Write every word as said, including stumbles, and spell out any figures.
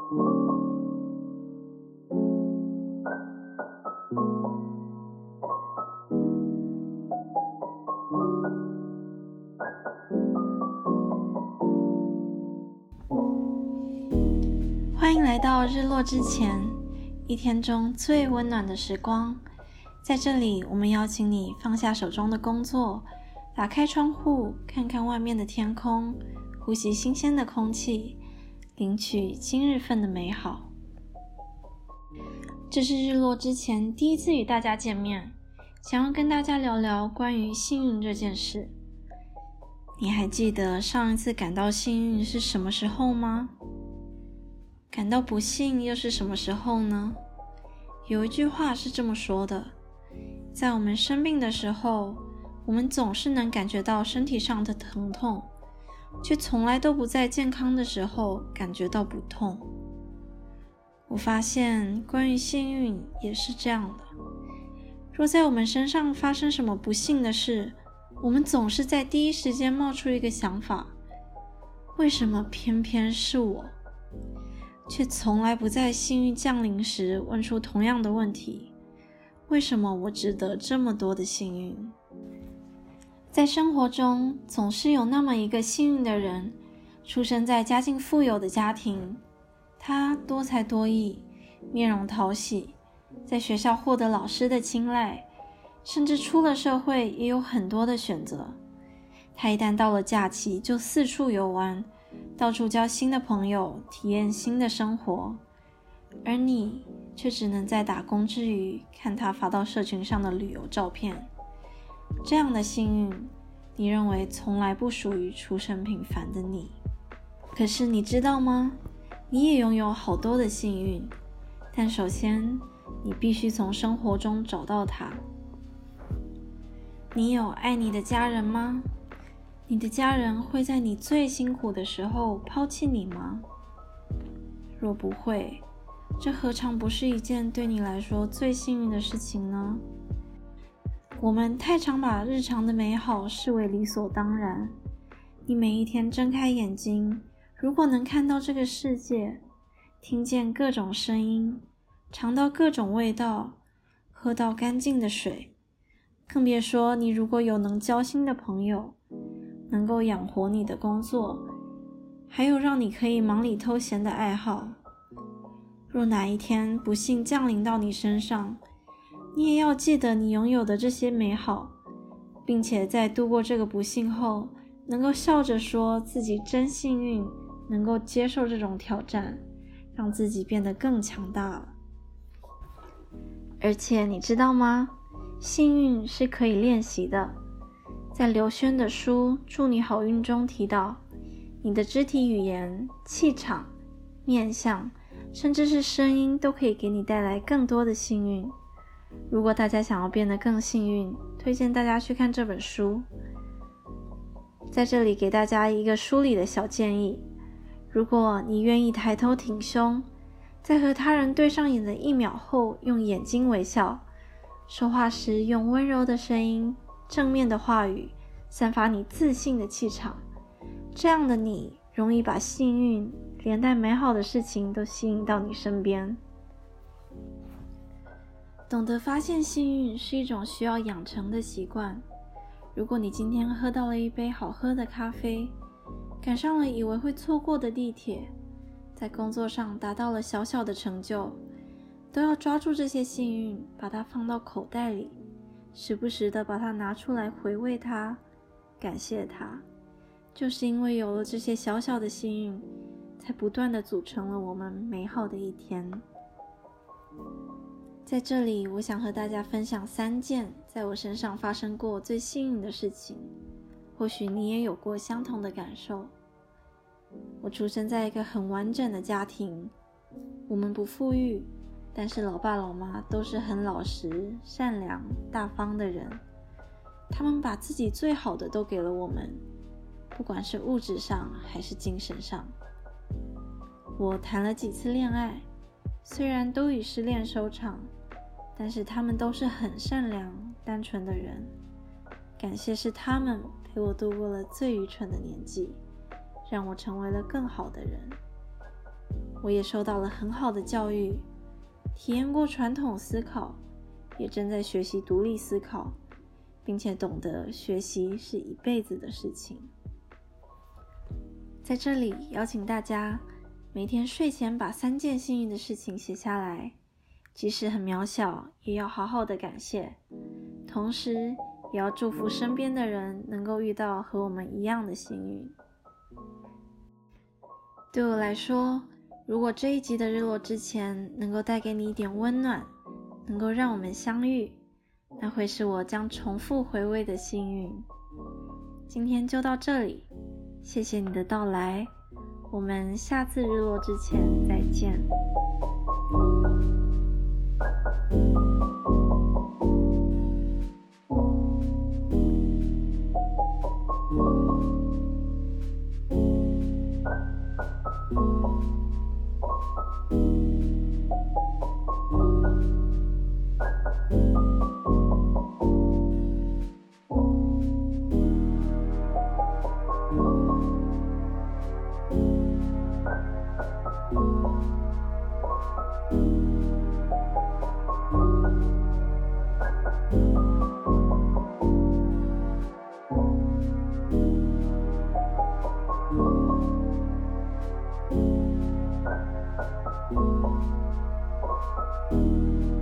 欢迎来到日落之前，一天中最温暖的时光。在这里，我们邀请你放下手中的工作，打开窗户，看看外面的天空，呼吸新鲜的空气，领取今日份的美好。这是日落之前第一次与大家见面，想要跟大家聊聊关于幸运这件事。你还记得上一次感到幸运是什么时候吗？感到不幸又是什么时候呢？有一句话是这么说的，在我们生病的时候，我们总是能感觉到身体上的疼痛，却从来都不在健康的时候感觉到不痛。我发现关于幸运也是这样的，若在我们身上发生什么不幸的事，我们总是在第一时间冒出一个想法，为什么偏偏是我？却从来不在幸运降临时问出同样的问题，为什么我值得这么多的幸运？在生活中，总是有那么一个幸运的人，出生在家境富有的家庭，他多才多艺，面容讨喜，在学校获得老师的青睐，甚至出了社会也有很多的选择。他一旦到了假期就四处游玩，到处交新的朋友，体验新的生活，而你却只能在打工之余看他发到社群上的旅游照片。这样的幸运，你认为从来不属于出身平凡的你。可是你知道吗？你也拥有好多的幸运，但首先，你必须从生活中找到它。你有爱你的家人吗？你的家人会在你最辛苦的时候抛弃你吗？若不会，这何尝不是一件对你来说最幸运的事情呢？我们太常把日常的美好视为理所当然。你每一天睁开眼睛，如果能看到这个世界，听见各种声音，尝到各种味道，喝到干净的水，更别说你如果有能交心的朋友，能够养活你的工作，还有让你可以忙里偷闲的爱好。若哪一天不幸降临到你身上，你也要记得你拥有的这些美好，并且在度过这个不幸后，能够笑着说自己真幸运，能够接受这种挑战，让自己变得更强大了。而且你知道吗？幸运是可以练习的。在刘轩的书《祝你好运》中提到，你的肢体语言、气场、面相，甚至是声音都可以给你带来更多的幸运。如果大家想要变得更幸运，推荐大家去看这本书。在这里给大家一个书里的小建议，如果你愿意抬头挺胸，在和他人对上眼的一秒后用眼睛微笑，说话时用温柔的声音，正面的话语，散发你自信的气场，这样的你容易把幸运连带美好的事情都吸引到你身边。懂得发现幸运是一种需要养成的习惯。如果你今天喝到了一杯好喝的咖啡，赶上了以为会错过的地铁，在工作上达到了小小的成就，都要抓住这些幸运，把它放到口袋里，时不时的把它拿出来回味它，感谢它。就是因为有了这些小小的幸运，才不断的组成了我们美好的一天。在这里，我想和大家分享三件在我身上发生过最幸运的事情，或许你也有过相同的感受。我出生在一个很完整的家庭，我们不富裕，但是老爸老妈都是很老实、善良、大方的人。他们把自己最好的都给了我们，不管是物质上还是精神上。我谈了几次恋爱，虽然都以失恋收场，但是他们都是很善良、单纯的人。感谢是他们陪我度过了最愚蠢的年纪，让我成为了更好的人。 我也受到了很好的教育，体验过传统思考，也正在学习独立思考，并且懂得学习是一辈子的事情。在这里邀请大家，每天睡前把三件幸运的事情写下来，即使很渺小，也要好好的感谢，同时也要祝福身边的人能够遇到和我们一样的幸运。对我来说，如果这一集的日落之前能够带给你一点温暖，能够让我们相遇，那会是我将重复回味的幸运。今天就到这里，谢谢你的到来，我们下次日落之前再见。Thank you.